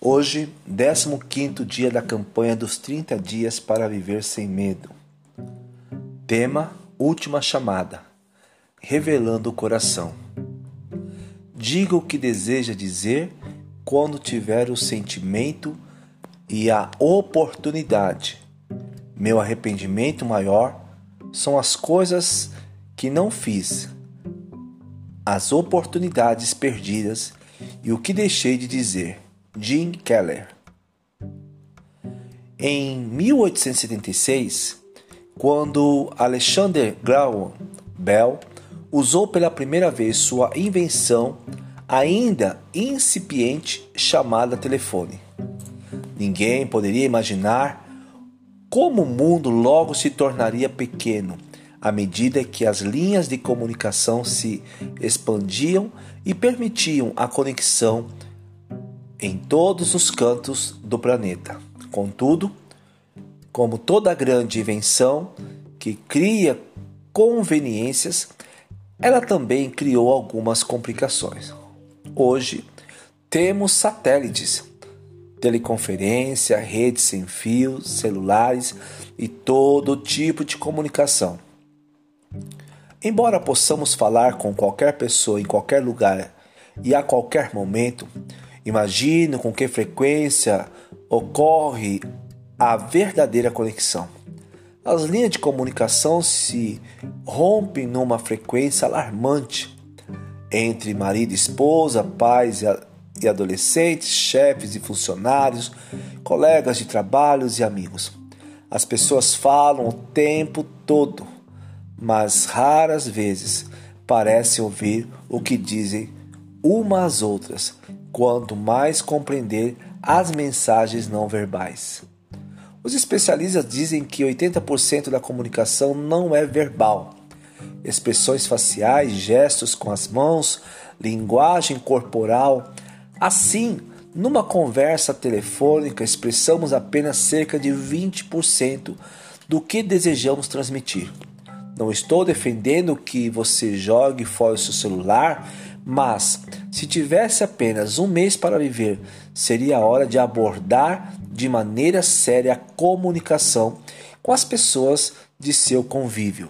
Hoje, 15º dia da campanha dos 30 dias para viver sem medo. Tema: Última chamada. Revelando o coração. Diga o que deseja dizer quando tiver o sentimento e a oportunidade. Meu arrependimento maior são as coisas que não fiz, as oportunidades perdidas e o que deixei de dizer. Jim Keller. Em 1876, quando Alexander Graham Bell usou pela primeira vez sua invenção ainda incipiente chamada telefone, ninguém poderia imaginar como o mundo logo se tornaria pequeno à medida que as linhas de comunicação se expandiam e permitiam a conexão em todos os cantos do planeta. Contudo, como toda grande invenção que cria conveniências, ela também criou algumas complicações. Hoje, temos satélites, teleconferência, redes sem fio, celulares e todo tipo de comunicação. Embora possamos falar com qualquer pessoa em qualquer lugar e a qualquer momento, imagine com que frequência ocorre a verdadeira conexão. As linhas de comunicação se rompem numa frequência alarmante entre marido e esposa, pais e adolescentes, chefes e funcionários, colegas de trabalhos e amigos. As pessoas falam o tempo todo, mas raras vezes parecem ouvir o que dizem umas às outras, quanto mais compreender as mensagens não verbais. Os especialistas dizem que 80% da comunicação não é verbal. Expressões faciais, gestos com as mãos, linguagem corporal. Assim, numa conversa telefônica, expressamos apenas cerca de 20% do que desejamos transmitir. Não estou defendendo que você jogue fora o seu celular, mas se tivesse apenas um mês para viver, seria a hora de abordar de maneira séria a comunicação com as pessoas de seu convívio.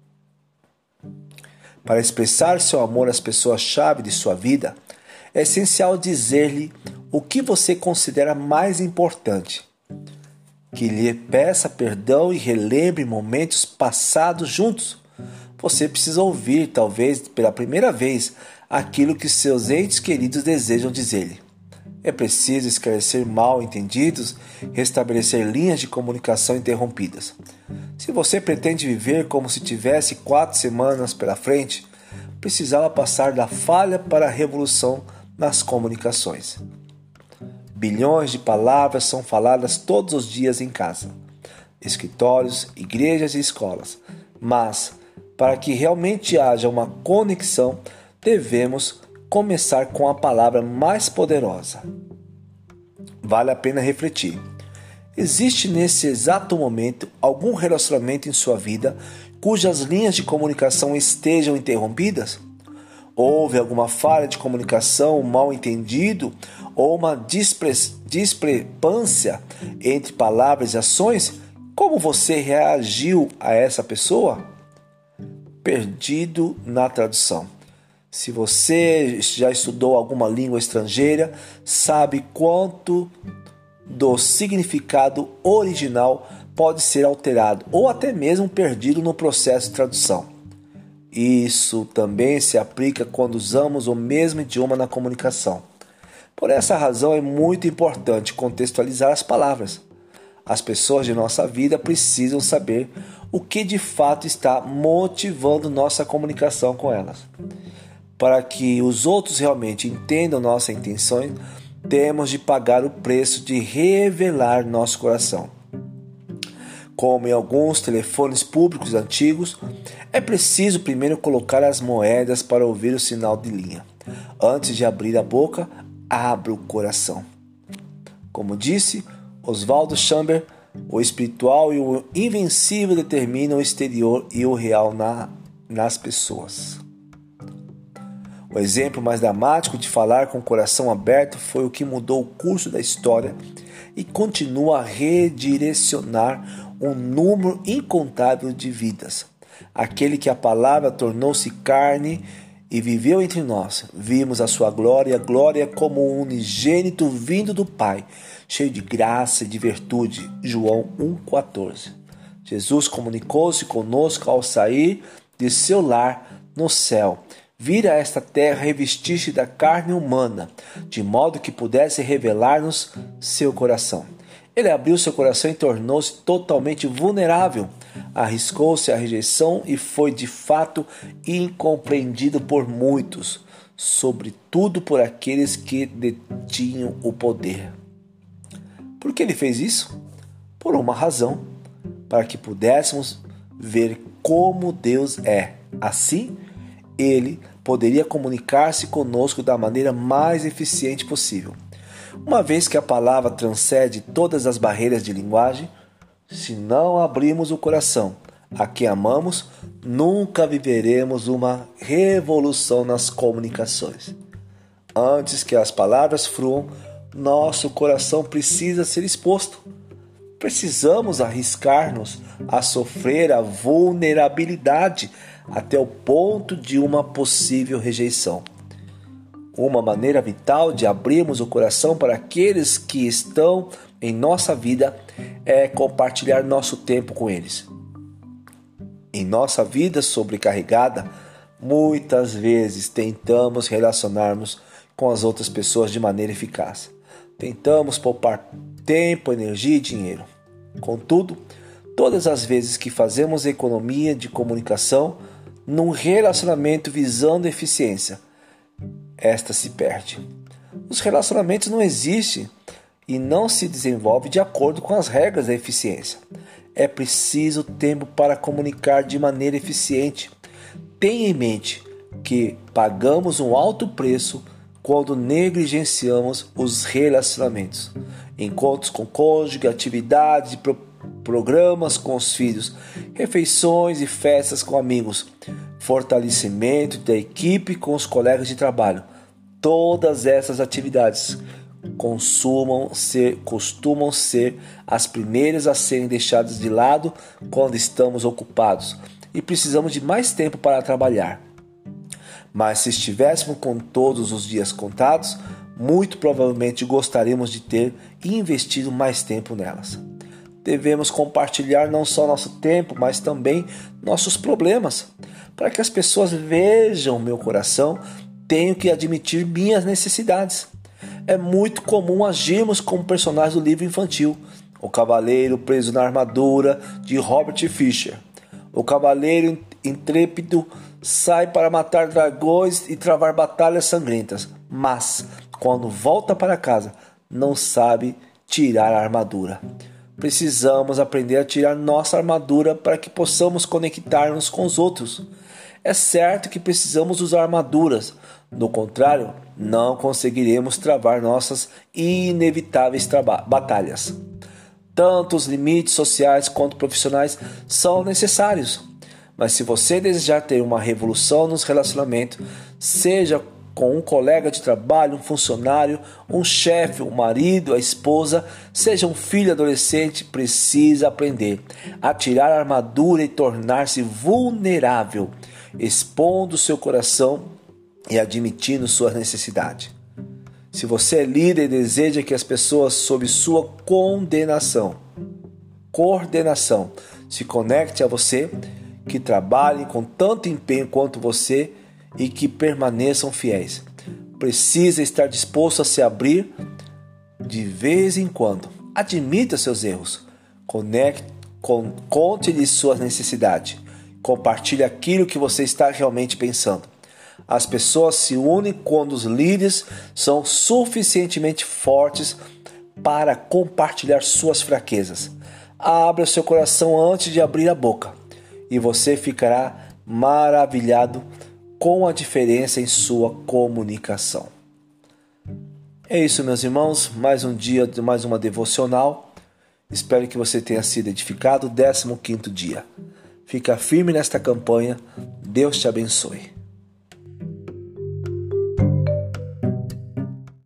Para expressar seu amor às pessoas-chave de sua vida, é essencial dizer-lhe o que você considera mais importante, que lhe peça perdão e relembre momentos passados juntos. Você precisa ouvir, talvez pela primeira vez, aquilo que seus entes queridos desejam dizer-lhe. É preciso esclarecer mal-entendidos, restabelecer linhas de comunicação interrompidas. Se você pretende viver como se tivesse 4 semanas pela frente, precisava passar da falha para a revolução nas comunicações. Bilhões de palavras são faladas todos os dias em casa, escritórios, igrejas e escolas, mas para que realmente haja uma conexão, devemos começar com a palavra mais poderosa. Vale a pena refletir. Existe nesse exato momento algum relacionamento em sua vida cujas linhas de comunicação estejam interrompidas? Houve alguma falha de comunicação, um mal-entendido ou uma discrepância entre palavras e ações? Como você reagiu a essa pessoa? Perdido na tradução. Se você já estudou alguma língua estrangeira, sabe quanto do significado original pode ser alterado ou até mesmo perdido no processo de tradução. Isso também se aplica quando usamos o mesmo idioma na comunicação. Por essa razão é muito importante contextualizar as palavras. As pessoas de nossa vida precisam saber o que de fato está motivando nossa comunicação com elas. Para que os outros realmente entendam nossas intenções, temos de pagar o preço de revelar nosso coração. Como em alguns telefones públicos antigos, é preciso primeiro colocar as moedas para ouvir o sinal de linha. Antes de abrir a boca, abra o coração. Como disse Oswald Chambers, o espiritual e o invencível determinam o exterior e o real nas pessoas. O exemplo mais dramático de falar com o coração aberto foi o que mudou o curso da história e continua a redirecionar um número incontável de vidas. Aquele que a palavra tornou-se carne e viveu entre nós. Vimos a sua glória como um unigênito vindo do Pai, cheio de graça e de virtude. João 1,14. Jesus comunicou-se conosco ao sair de seu lar no céu. Vir a esta terra revestir-se da carne humana, de modo que pudesse revelar-nos seu coração. Ele abriu seu coração e tornou-se totalmente vulnerável. Arriscou-se à rejeição e foi de fato incompreendido por muitos, sobretudo por aqueles que detinham o poder. Por que ele fez isso? Por uma razão, para que pudéssemos ver como Deus é. Assim, ele poderia comunicar-se conosco da maneira mais eficiente possível. Uma vez que a palavra transcende todas as barreiras de linguagem, se não abrirmos o coração a quem amamos, nunca viveremos uma revolução nas comunicações. Antes que as palavras fluam, nosso coração precisa ser exposto. Precisamos arriscar-nos a sofrer a vulnerabilidade até o ponto de uma possível rejeição. Uma maneira vital de abrirmos o coração para aqueles que estão em nossa vida é compartilhar nosso tempo com eles. Em nossa vida sobrecarregada, muitas vezes tentamos relacionarmos com as outras pessoas de maneira eficaz. Tentamos poupar tempo, energia e dinheiro. Contudo, todas as vezes que fazemos economia de comunicação num relacionamento visando eficiência, esta se perde. Os relacionamentos não existem e não se desenvolvem de acordo com as regras da eficiência. É preciso tempo para comunicar de maneira eficiente. Tenha em mente que pagamos um alto preço quando negligenciamos os relacionamentos. Encontros com cônjuge, atividades e programas com os filhos, refeições e festas com amigos, fortalecimento da equipe com os colegas de trabalho. Todas essas atividades costumam ser as primeiras a serem deixadas de lado quando estamos ocupados e precisamos de mais tempo para trabalhar. Mas se estivéssemos com todos os dias contados, muito provavelmente gostaríamos de ter investido mais tempo nelas. Devemos compartilhar não só nosso tempo, mas também nossos problemas. Para que as pessoas vejam meu coração, tenho que admitir minhas necessidades. É muito comum agirmos como personagens do livro infantil, O Cavaleiro Preso na Armadura, de Robert Fisher. O cavaleiro intrépido sai para matar dragões e travar batalhas sangrentas, mas, quando volta para casa, não sabe tirar a armadura. Precisamos aprender a tirar nossa armadura para que possamos conectar-nos com os outros. É certo que precisamos usar armaduras, do contrário, não conseguiremos travar nossas inevitáveis batalhas. Tanto os limites sociais quanto profissionais são necessários. Mas se você desejar ter uma revolução nos relacionamentos, seja com um colega de trabalho, um funcionário, um chefe, um marido, a esposa, seja um filho adolescente, precisa aprender a tirar a armadura e tornar-se vulnerável, expondo seu coração e admitindo sua necessidade. Se você é líder e deseja que as pessoas sob sua coordenação se conectem a você, que trabalhem com tanto empenho quanto você e que permaneçam fiéis. Precisa estar disposto a se abrir de vez em quando. Admita seus erros. Conte-lhe suas necessidades. Compartilhe aquilo que você está realmente pensando. As pessoas se unem quando os líderes são suficientemente fortes para compartilhar suas fraquezas. Abra seu coração antes de abrir a boca e você ficará maravilhado com a diferença em sua comunicação. É isso, meus irmãos, mais um dia, mais uma devocional. Espero que você tenha sido edificado. 15º dia. Fica firme nesta campanha. Deus te abençoe.